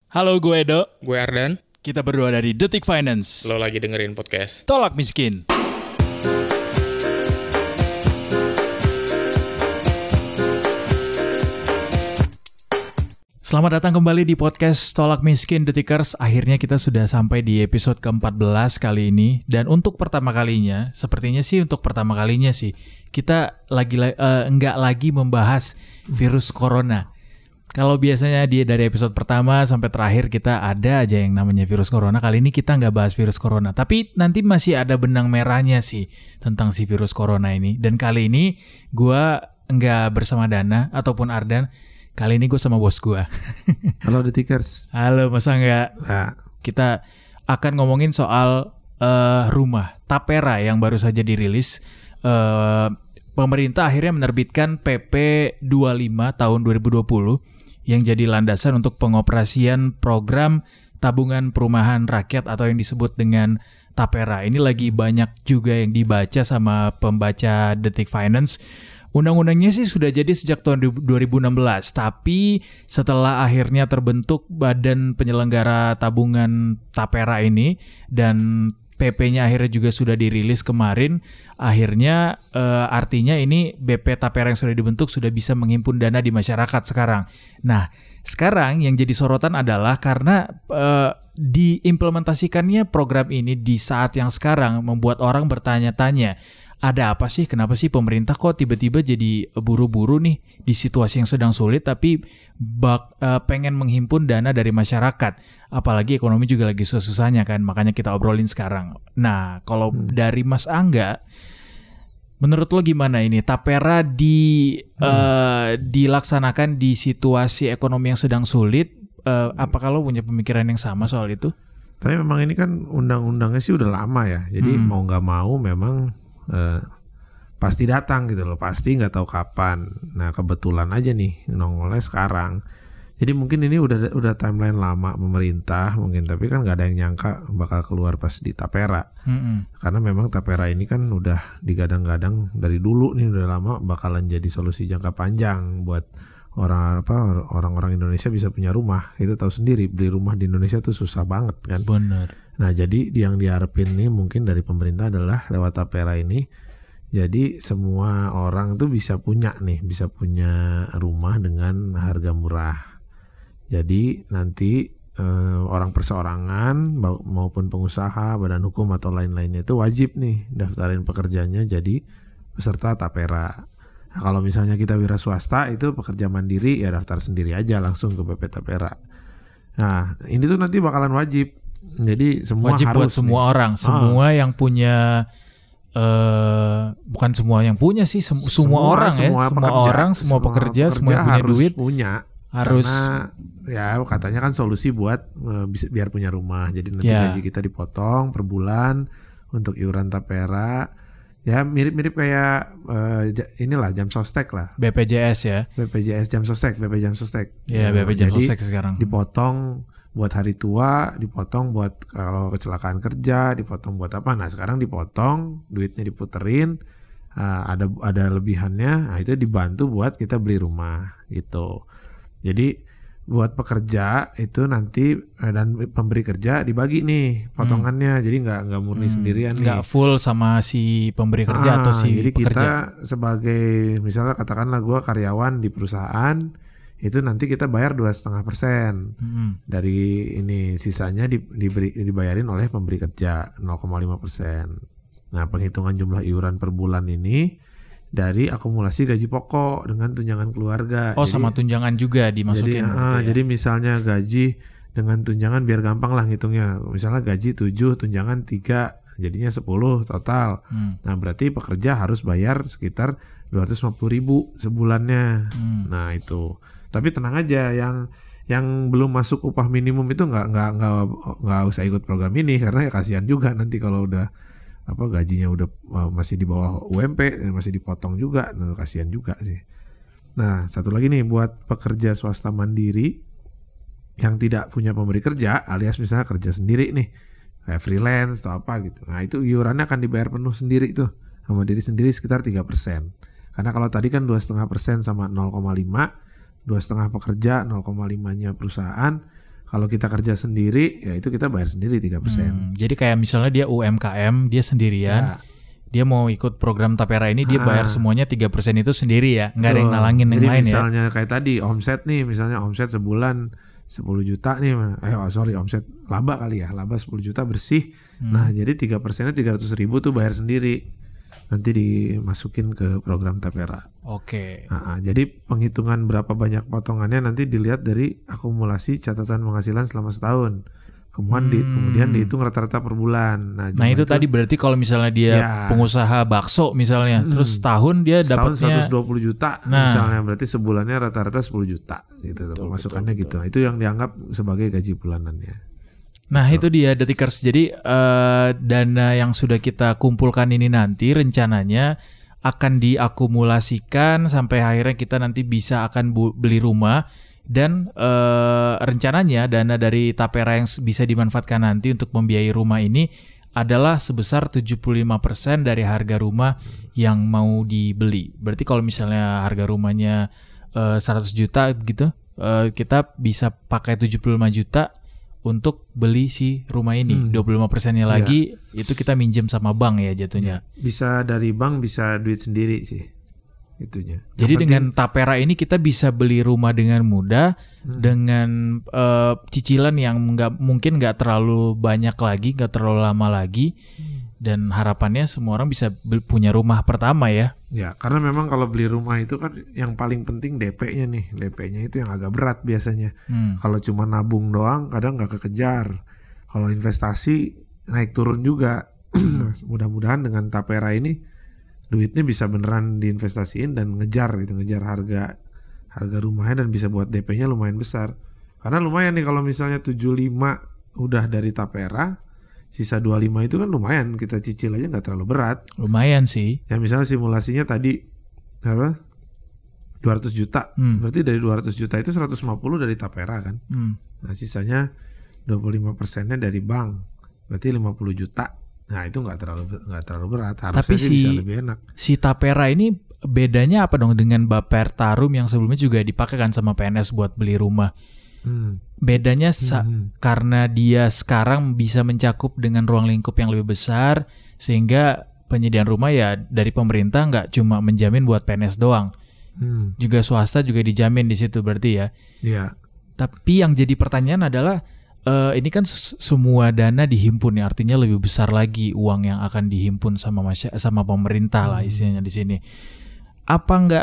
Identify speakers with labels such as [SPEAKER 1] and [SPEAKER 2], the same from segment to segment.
[SPEAKER 1] Halo, gue Edo.
[SPEAKER 2] Gue Ardan.
[SPEAKER 1] Kita berdua dari Detik Finance.
[SPEAKER 2] Lo lagi dengerin podcast
[SPEAKER 1] Tolak Miskin. Selamat datang kembali di podcast Tolak Miskin Detikers. Akhirnya kita sudah sampai di episode ke-14 kali ini. Dan untuk pertama kalinya, kita nggak lagi membahas virus corona. Kalau biasanya dari episode pertama sampai terakhir kita ada aja yang namanya virus corona. Kali ini kita nggak bahas virus corona. Tapi nanti masih ada benang merahnya sih tentang si virus corona ini. Dan kali ini gue nggak bersama Dana ataupun Ardan. Kali ini gue sama bos gue.
[SPEAKER 3] Halo Detikers.
[SPEAKER 1] Halo, masa nggak?
[SPEAKER 3] Nah.
[SPEAKER 1] Kita akan ngomongin soal rumah Tapera yang baru saja dirilis. Pemerintah akhirnya menerbitkan PP 25 tahun 2020 yang jadi landasan untuk pengoperasian program tabungan perumahan rakyat atau yang disebut dengan Tapera. Ini lagi banyak juga yang dibaca sama pembaca Detik Finance. Undang-undangnya sih sudah jadi sejak tahun 2016, tapi setelah akhirnya terbentuk Badan Penyelenggara Tabungan Tapera ini dan PP-nya akhirnya juga sudah dirilis kemarin, akhirnya artinya ini BP Tapera yang sudah dibentuk sudah bisa menghimpun dana di masyarakat sekarang. Nah, sekarang yang jadi sorotan adalah karena diimplementasikannya program ini di saat yang sekarang membuat orang bertanya-tanya, ada apa sih? Kenapa sih pemerintah kok tiba-tiba jadi buru-buru nih di situasi yang sedang sulit tapi pengen menghimpun dana dari masyarakat. Apalagi ekonomi juga lagi susah-susahnya kan, makanya kita obrolin sekarang. Nah, kalau dari Mas Angga, menurut lo gimana ini? Tapera dilaksanakan di situasi ekonomi yang sedang sulit. Apakah lo punya pemikiran yang sama soal itu?
[SPEAKER 3] Tapi memang ini kan undang-undangnya sih udah lama ya. Jadi mau nggak mau memang pasti datang gitu loh, pasti nggak tahu kapan. Nah kebetulan aja nih nongolnya sekarang. Jadi mungkin ini udah timeline lama pemerintah mungkin, tapi kan nggak ada yang nyangka bakal keluar pas di Tapera. Karena memang Tapera ini kan udah digadang-gadang dari dulu nih, udah lama bakalan jadi solusi jangka panjang buat orang-orang Indonesia bisa punya rumah. Itu tahu sendiri, beli rumah di Indonesia tuh susah banget kan.
[SPEAKER 1] Benar.
[SPEAKER 3] Nah jadi yang diharapin nih mungkin dari pemerintah adalah lewat Tapera ini, jadi semua orang tuh bisa punya rumah dengan harga murah. Jadi nanti orang perseorangan maupun pengusaha, badan hukum atau lain-lainnya itu wajib nih daftarin pekerjanya jadi peserta Tapera. Nah, kalau misalnya kita wira swasta itu pekerja mandiri ya daftar sendiri aja langsung ke BP Tapera. Nah ini tuh nanti bakalan wajib. Jadi semua
[SPEAKER 1] wajib
[SPEAKER 3] harus
[SPEAKER 1] buat semua orang, semua yang punya, bukan semua yang punya sih, semua orang ya, semua pekerja yang punya duit harus.
[SPEAKER 3] Karena ya katanya kan solusi buat biar punya rumah. Jadi nanti gaji kita dipotong per bulan untuk iuran Tapera. Ya mirip-mirip kayak inilah jam sostek lah.
[SPEAKER 1] BPJS ya.
[SPEAKER 3] BPJS jam sostek, BP jam sostek.
[SPEAKER 1] Ya, BP jam sostek sekarang.
[SPEAKER 3] Dipotong buat hari tua, dipotong buat kalau kecelakaan kerja, dipotong buat apa. Nah sekarang dipotong, duitnya diputerin, ada lebihannya, nah itu dibantu buat kita beli rumah gitu. Jadi buat pekerja itu nanti dan pemberi kerja dibagi nih potongannya, jadi nggak murni sendirian nih.
[SPEAKER 1] Nggak full sama si pemberi kerja atau si
[SPEAKER 3] jadi
[SPEAKER 1] pekerja.
[SPEAKER 3] Kita sebagai misalnya katakanlah gue karyawan di perusahaan, itu nanti kita bayar 2,5% dari ini, sisanya dibayarin oleh pemberi kerja 0,5%. Nah penghitungan jumlah iuran per bulan ini dari akumulasi gaji pokok dengan tunjangan keluarga.
[SPEAKER 1] Oh, jadi, sama tunjangan juga dimasukin.
[SPEAKER 3] Jadi misalnya gaji dengan tunjangan biar gampang lah ngitungnya. Misalnya gaji 7, tunjangan 3, jadinya 10 total. Nah berarti pekerja harus bayar sekitar 250.000 sebulannya. Nah itu. Tapi tenang aja, yang belum masuk upah minimum itu nggak usah ikut program ini, karena ya kasihan juga nanti kalau udah gajinya udah masih di bawah UMP dan masih dipotong juga, nah kasihan juga sih. Nah satu lagi nih buat pekerja swasta mandiri yang tidak punya pemberi kerja, alias misalnya kerja sendiri nih kayak freelance atau apa gitu. Nah itu iurannya akan dibayar penuh sendiri tuh sama diri sendiri sekitar 3%. Karena kalau tadi kan 2,5% sama 0,5, 2,5 pekerja, 0,5-nya perusahaan. Kalau kita kerja sendiri, ya itu kita bayar sendiri 3%.
[SPEAKER 1] Jadi kayak misalnya dia UMKM, dia sendirian, dia mau ikut program Tapera ini, dia bayar semuanya 3% itu sendiri ya, nggak ada yang nalangin yang lain ya.
[SPEAKER 3] Jadi misalnya kayak tadi omset nih, misalnya omset sebulan 10 juta nih, omset laba kali ya, laba 10 juta bersih. Nah jadi 3%-nya 300 ribu tuh bayar sendiri. Nanti dimasukin ke program Tapera.
[SPEAKER 1] Oke.
[SPEAKER 3] Jadi penghitungan berapa banyak potongannya nanti dilihat dari akumulasi catatan penghasilan selama setahun. Kemudian dihitung rata-rata per bulan. Nah
[SPEAKER 1] itu tadi berarti kalau misalnya dia pengusaha bakso misalnya, terus setahun dia dapatnya
[SPEAKER 3] 120 juta misalnya, berarti sebulannya rata-rata 10 juta gitu pemasukannya gitu. Itu yang dianggap sebagai gaji bulanannya.
[SPEAKER 1] Nah itu dia Detikers. Jadi dana yang sudah kita kumpulkan ini nanti rencananya akan diakumulasikan sampai akhirnya kita nanti bisa akan beli rumah. Dan rencananya dana dari Tapera yang bisa dimanfaatkan nanti untuk membiayai rumah ini adalah sebesar 75% dari harga rumah yang mau dibeli. Berarti kalau misalnya harga rumahnya 100 juta gitu, kita bisa pakai 75 juta untuk beli si rumah ini. 25%-nya lagi itu kita minjem sama bank ya jatuhnya.
[SPEAKER 3] Bisa dari bank, bisa duit sendiri sih itunya.
[SPEAKER 1] Jadi dengan Tapera ini kita bisa beli rumah dengan mudah, dengan cicilan yang mungkin nggak terlalu banyak lagi, nggak terlalu lama lagi, dan harapannya semua orang bisa punya rumah pertama ya.
[SPEAKER 3] Ya, karena memang kalau beli rumah itu kan yang paling penting DP-nya nih. DP-nya itu yang agak berat biasanya. Kalau cuma nabung doang kadang nggak kekejar. Kalau investasi naik turun juga. Mudah-mudahan dengan Tapera ini duitnya bisa beneran diinvestasiin dan ngejar harga rumahnya, dan bisa buat DP-nya lumayan besar. Karena lumayan nih kalau misalnya 75 udah dari Tapera, sisa 25 itu kan lumayan, kita cicil aja nggak terlalu berat.
[SPEAKER 1] Lumayan sih.
[SPEAKER 3] Ya misalnya simulasinya tadi 200 juta. Berarti dari 200 juta itu 150 dari Tapera kan. Nah sisanya 25%-nya dari bank. Berarti 50 juta. Nah itu nggak terlalu berat. Harusnya
[SPEAKER 1] tapi
[SPEAKER 3] bisa lebih enak.
[SPEAKER 1] Si Tapera ini bedanya apa dong dengan Bapertarum yang sebelumnya juga dipakai kan sama PNS buat beli rumah? Bedanya karena dia sekarang bisa mencakup dengan ruang lingkup yang lebih besar, sehingga penyediaan rumah ya dari pemerintah nggak cuma menjamin buat PNS doang, juga swasta juga dijamin di situ berarti ya.
[SPEAKER 3] Iya.
[SPEAKER 1] Tapi yang jadi pertanyaan adalah ini kan semua dana dihimpun ya, artinya lebih besar lagi uang yang akan dihimpun sama pemerintah lah istilahnya di sini. Apa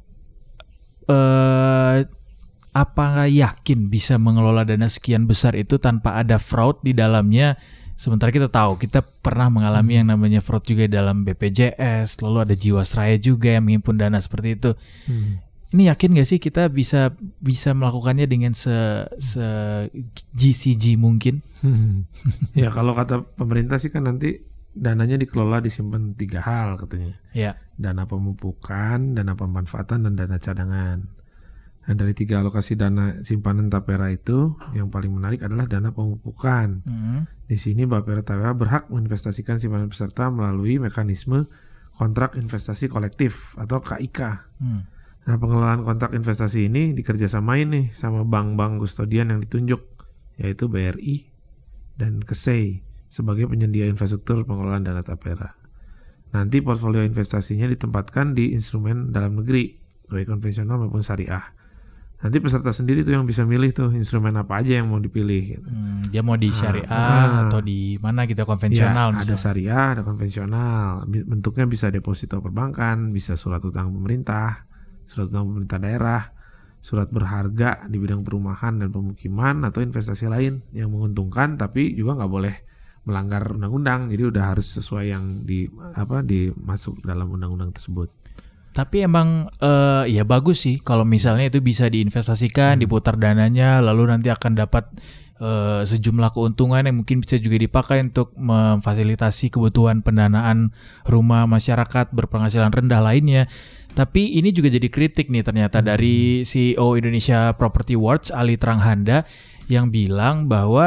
[SPEAKER 1] nggak yakin bisa mengelola dana sekian besar itu tanpa ada fraud di dalamnya? Sementara kita tahu kita pernah mengalami yang namanya fraud juga dalam BPJS, lalu ada Jiwasraya juga yang menghimpun dana seperti itu. Ini yakin nggak sih kita bisa melakukannya dengan GCG mungkin?
[SPEAKER 3] Ya kalau kata pemerintah sih kan nanti dananya dikelola disimpan 3 hal katanya.
[SPEAKER 1] Ya.
[SPEAKER 3] Dana pemupukan, dana pemanfaatan, dan dana cadangan. Nah dari 3 alokasi dana simpanan Tapera itu yang paling menarik adalah dana pemupukan. Di sini Bapera Tapera berhak menginvestasikan simpanan peserta melalui mekanisme kontrak investasi kolektif atau KIK. Nah pengelolaan kontrak investasi ini dikerjasamain nih sama bank-bank kustodian yang ditunjuk, yaitu BRI dan KSEI sebagai penyedia infrastruktur pengelolaan dana Tapera. Nanti portfolio investasinya ditempatkan di instrumen dalam negeri, baik konvensional maupun syariah. Nanti peserta sendiri tuh yang bisa milih tuh instrumen apa aja yang mau dipilih. Gitu.
[SPEAKER 1] Dia mau di syariah atau di mana gitu, konvensional.
[SPEAKER 3] Ya, ada syariah, ada konvensional. Bentuknya bisa deposito perbankan, bisa surat utang pemerintah, surat utang pemerintah daerah, surat berharga di bidang perumahan dan pemukiman, atau investasi lain yang menguntungkan tapi juga nggak boleh melanggar undang-undang. Jadi udah harus sesuai yang dimasuk dalam undang-undang tersebut.
[SPEAKER 1] Tapi emang ya bagus sih kalau misalnya itu bisa diinvestasikan, diputar dananya, lalu nanti akan dapat sejumlah keuntungan yang mungkin bisa juga dipakai untuk memfasilitasi kebutuhan pendanaan rumah masyarakat berpenghasilan rendah lainnya. Tapi ini juga jadi kritik nih ternyata dari CEO Indonesia Property Watch Ali Tranghanda yang bilang bahwa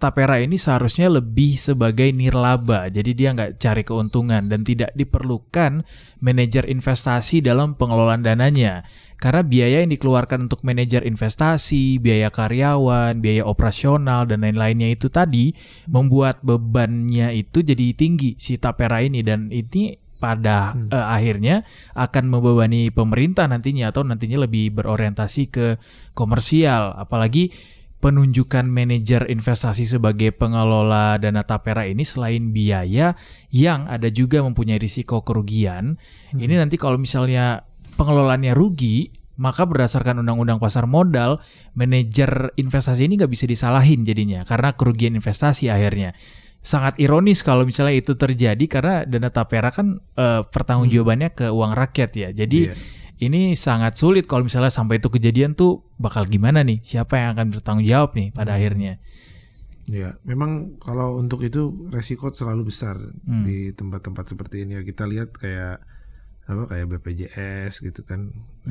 [SPEAKER 1] Tapera ini seharusnya lebih sebagai nirlaba, jadi dia nggak cari keuntungan dan tidak diperlukan manajer investasi dalam pengelolaan dananya. Karena biaya yang dikeluarkan untuk manajer investasi, biaya karyawan, biaya operasional, dan lain-lainnya itu tadi membuat bebannya itu jadi tinggi si Tapera ini, dan ini pada akhirnya akan membebani pemerintah nantinya, atau nantinya lebih berorientasi ke komersial. Apalagi penunjukan manajer investasi sebagai pengelola dana Tapera ini selain biaya yang ada juga mempunyai risiko kerugian. Ini nanti kalau misalnya pengelolaannya rugi, maka berdasarkan undang-undang pasar modal, manajer investasi ini nggak bisa disalahin jadinya karena kerugian investasi akhirnya. Sangat ironis kalau misalnya itu terjadi karena dana Tapera kan pertanggungjawabannya ke uang rakyat ya. Jadi ini sangat sulit kalau misalnya sampai itu kejadian tuh bakal gimana nih? Siapa yang akan bertanggung jawab nih pada akhirnya?
[SPEAKER 3] Ya, memang kalau untuk itu resiko selalu besar di tempat-tempat seperti ini. Kita lihat kayak BPJS gitu kan,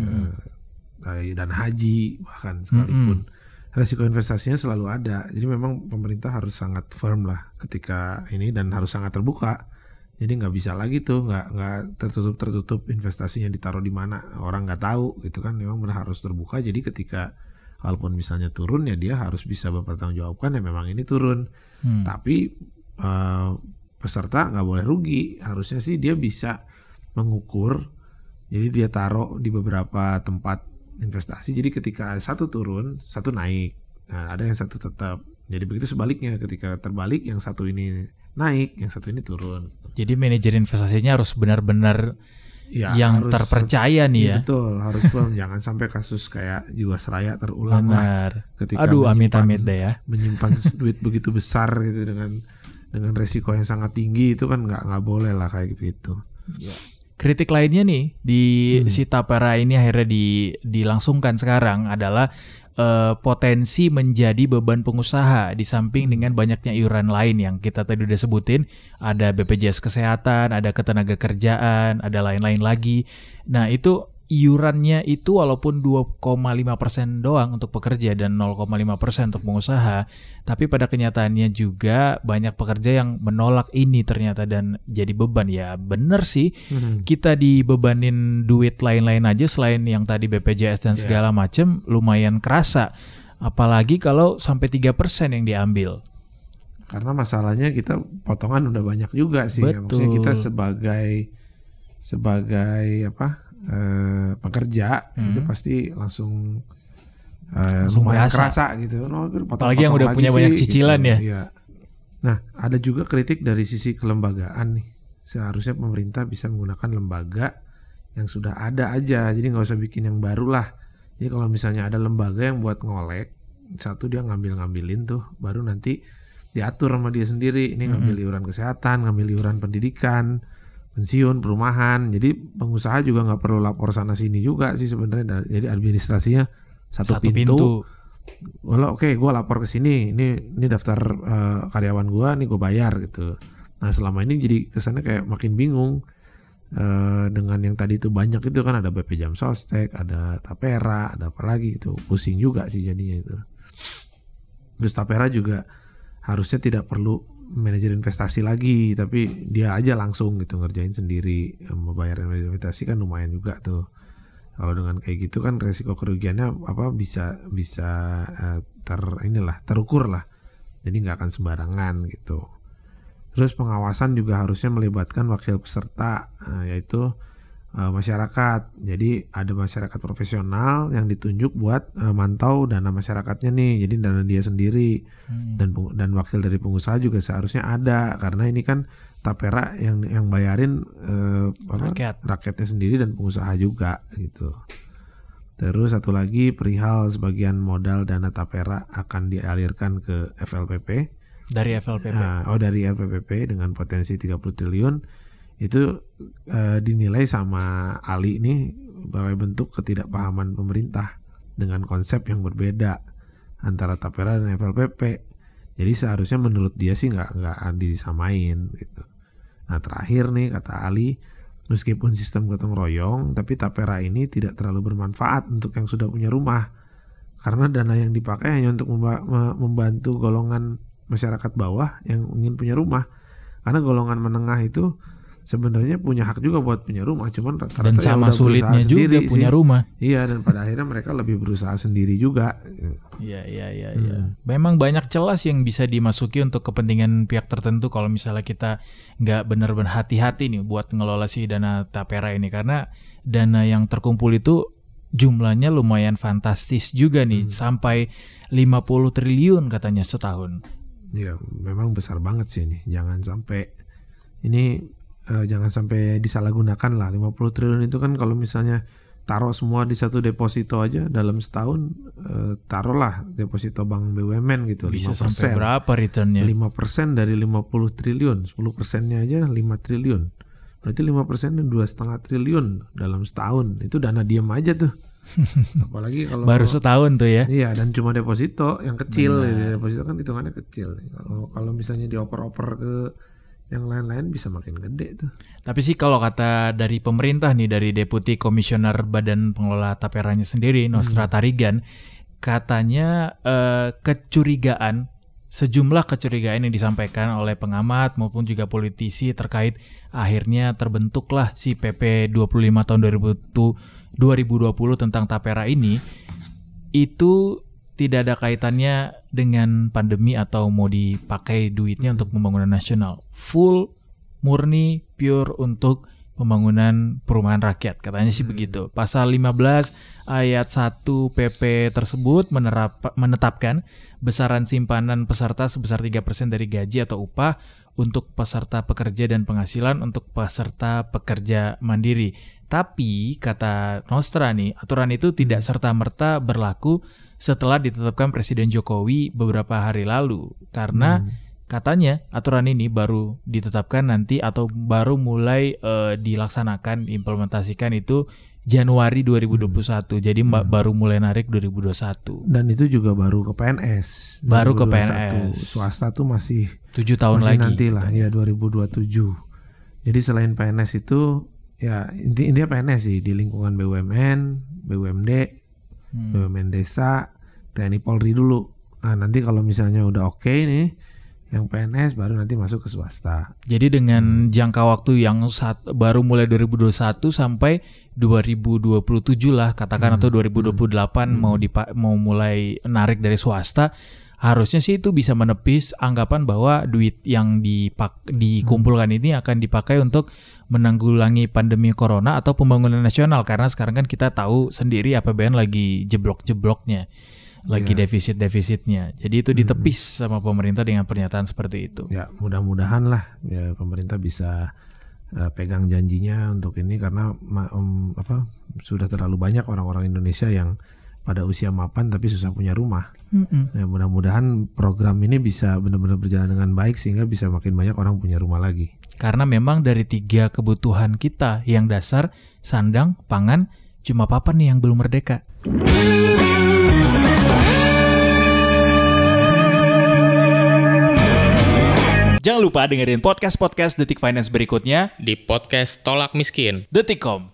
[SPEAKER 3] dan haji bahkan sekalipun resiko investasinya selalu ada. Jadi memang pemerintah harus sangat firm lah ketika ini dan harus sangat terbuka. Jadi nggak bisa lagi tuh nggak tertutup investasinya ditaruh di mana orang nggak tahu gitu kan. Memang benar harus terbuka. Jadi ketika walaupun misalnya turun ya dia harus bisa bertanggungjawabkan ya memang ini turun. Tapi peserta nggak boleh rugi. Harusnya sih dia bisa mengukur, jadi dia taruh di beberapa tempat investasi, jadi ketika satu turun, satu naik, nah ada yang satu tetap, jadi begitu sebaliknya, ketika terbalik yang satu ini naik, yang satu ini turun.
[SPEAKER 1] Jadi manajer investasinya harus benar-benar yang harus terpercaya nih ya.
[SPEAKER 3] Betul, harus jangan sampai kasus kayak Jiwasraya terulang lah, ketika
[SPEAKER 1] amit-amit deh ya,
[SPEAKER 3] menyimpan duit begitu besar gitu dengan resiko yang sangat tinggi, itu kan nggak boleh lah kayak gitu.
[SPEAKER 1] Ya. Kritik lainnya nih di si Tapera ini akhirnya dilangsungkan sekarang adalah potensi menjadi beban pengusaha di samping dengan banyaknya iuran lain yang kita tadi udah sebutin, ada BPJS Kesehatan, ada Ketenagakerjaan, ada lain-lain lagi. Nah itu iurannya itu walaupun 2,5% doang untuk pekerja dan 0,5% untuk pengusaha, tapi pada kenyataannya juga banyak pekerja yang menolak ini ternyata dan jadi beban. Ya bener sih, kita dibebanin duit lain-lain aja selain yang tadi BPJS dan segala macem, lumayan kerasa. Apalagi kalau sampai 3% yang diambil.
[SPEAKER 3] Karena masalahnya kita potongan udah banyak juga sih. Maksudnya kita sebagai pekerja itu pasti langsung lumayan kerasa gitu.
[SPEAKER 1] Apalagi yang udah punya banyak cicilan gitu,
[SPEAKER 3] ya. Nah, ada juga kritik dari sisi kelembagaan nih. Seharusnya pemerintah bisa menggunakan lembaga yang sudah ada aja. Jadi nggak usah bikin yang baru lah. Jadi kalau misalnya ada lembaga yang buat ngolek, satu dia ngambilin tuh, baru nanti diatur sama dia sendiri. Ini ngambil iuran kesehatan, ngambil iuran pendidikan, pensiun, perumahan. Jadi pengusaha juga nggak perlu lapor sana sini juga sih sebenarnya. Jadi administrasinya satu pintu. Walau gue lapor ke sini, ini daftar karyawan gue, nih gue bayar gitu. Nah selama ini jadi kesannya kayak makin bingung dengan yang tadi itu banyak itu kan, ada BP Jam Sostek, ada Tapera, ada apa lagi gitu. Pusing juga sih jadinya itu. Terus Tapera juga harusnya tidak perlu manajer investasi lagi, tapi dia aja langsung gitu ngerjain sendiri. Membayar investasi kan lumayan juga tuh. Kalau dengan kayak gitu kan resiko kerugiannya bisa terukur lah. Jadi nggak akan sembarangan gitu. Terus pengawasan juga harusnya melibatkan wakil peserta, yaitu masyarakat. Jadi ada masyarakat profesional yang ditunjuk buat mantau dana masyarakatnya nih. Jadi dana dia sendiri dan wakil dari pengusaha juga seharusnya ada, karena ini kan Tapera yang bayarin rakyatnya sendiri dan pengusaha juga gitu. Terus satu lagi perihal sebagian modal dana Tapera akan dialirkan ke FLPP.
[SPEAKER 1] Dari FLPP.
[SPEAKER 3] Dari FLPP dengan potensi 30 triliun. Itu dinilai sama Ali ini sebagai bentuk ketidakpahaman pemerintah dengan konsep yang berbeda antara Tapera dan FLPP. Jadi seharusnya menurut dia sih nggak disamain gitu. Nah terakhir nih kata Ali, meskipun sistem gotong royong, tapi Tapera ini tidak terlalu bermanfaat untuk yang sudah punya rumah, karena dana yang dipakai hanya untuk membantu golongan masyarakat bawah yang ingin punya rumah. Karena golongan menengah itu sebenarnya punya hak juga buat punya rumah, cuman rata-rata
[SPEAKER 1] dan sama
[SPEAKER 3] udah
[SPEAKER 1] sulitnya juga punya rumah.
[SPEAKER 3] Iya, dan pada akhirnya mereka lebih berusaha sendiri juga.
[SPEAKER 1] Iya. Memang banyak celah yang bisa dimasuki untuk kepentingan pihak tertentu kalau misalnya kita nggak benar-benar hati-hati nih buat ngelola si dana tapera ini, karena dana yang terkumpul itu jumlahnya lumayan fantastis juga nih, sampai 50 triliun katanya setahun.
[SPEAKER 3] Iya, memang besar banget sih ini. Jangan sampai disalahgunakan lah. 50 triliun itu kan kalau misalnya taruh semua di satu deposito aja dalam setahun, taruhlah deposito bank BUMN gitu,
[SPEAKER 1] bisa
[SPEAKER 3] 5%.
[SPEAKER 1] Sampai berapa returnnya?
[SPEAKER 3] 5% dari 50 triliun, 10%-nya aja 5 triliun. Berarti 5%-nya 2,5 triliun dalam setahun. Itu dana diem aja tuh. Apalagi kalau
[SPEAKER 1] baru setahun tuh ya.
[SPEAKER 3] Iya, dan cuma deposito yang kecil. Deposito kan hitungannya kecil. Kalau misalnya dioper-oper ke yang lain-lain bisa makin gede tuh.
[SPEAKER 1] Tapi sih kalau kata dari pemerintah nih, dari Deputi Komisioner Badan Pengelola Taperanya sendiri, Nostra Tarigan, katanya sejumlah kecurigaan yang disampaikan oleh pengamat maupun juga politisi terkait akhirnya terbentuklah si PP 25 tahun 2020 tentang tapera ini, itu tidak ada kaitannya dengan pandemi atau mau dipakai duitnya untuk pembangunan nasional. Full, murni, pure untuk pembangunan perumahan rakyat. Katanya sih begitu. Pasal 15 ayat 1 PP tersebut menetapkan besaran simpanan peserta sebesar 3% dari gaji atau upah untuk peserta pekerja dan penghasilan untuk peserta pekerja mandiri. Tapi kata Nostra nih, aturan itu tidak serta-merta berlaku setelah ditetapkan Presiden Jokowi beberapa hari lalu. Karena katanya aturan ini baru ditetapkan nanti atau baru mulai dilaksanakan, implementasikan itu Januari 2021. Jadi baru mulai narik 2021.
[SPEAKER 3] Dan itu juga baru ke PNS.
[SPEAKER 1] Baru ke PNS.
[SPEAKER 3] Swasta tuh masih
[SPEAKER 1] 7 tahun
[SPEAKER 3] masih
[SPEAKER 1] lagi.
[SPEAKER 3] Nanti lah, ya 2027. Jadi selain PNS itu, ya intinya PNS sih di lingkungan BUMN, BUMD, BUMN desa, TNI Polri dulu. Nah, nanti kalau misalnya udah oke nih, yang PNS baru nanti masuk ke swasta.
[SPEAKER 1] Jadi dengan jangka waktu yang baru mulai 2021 sampai 2027 lah katakan, atau 2028 mau mulai narik dari swasta, harusnya sih itu bisa menepis anggapan bahwa duit yang dikumpulkan ini akan dipakai untuk menanggulangi pandemi corona atau pembangunan nasional, karena sekarang kan kita tahu sendiri APBN lagi jeblok-jebloknya. Lagi defisit-defisitnya. Jadi itu ditepis sama pemerintah dengan pernyataan seperti itu.
[SPEAKER 3] Ya, mudah-mudahan lah ya pemerintah bisa pegang janjinya untuk ini, karena sudah terlalu banyak orang-orang Indonesia yang pada usia mapan tapi susah punya rumah. Ya, mudah-mudahan program ini bisa benar-benar berjalan dengan baik sehingga bisa makin banyak orang punya rumah lagi.
[SPEAKER 1] Karena memang dari 3 kebutuhan kita yang dasar, sandang, pangan, cuma papan nih yang belum merdeka. Jangan lupa dengerin podcast-podcast Detik Finance berikutnya
[SPEAKER 2] di podcast Tolak Miskin.
[SPEAKER 1] Detikcom.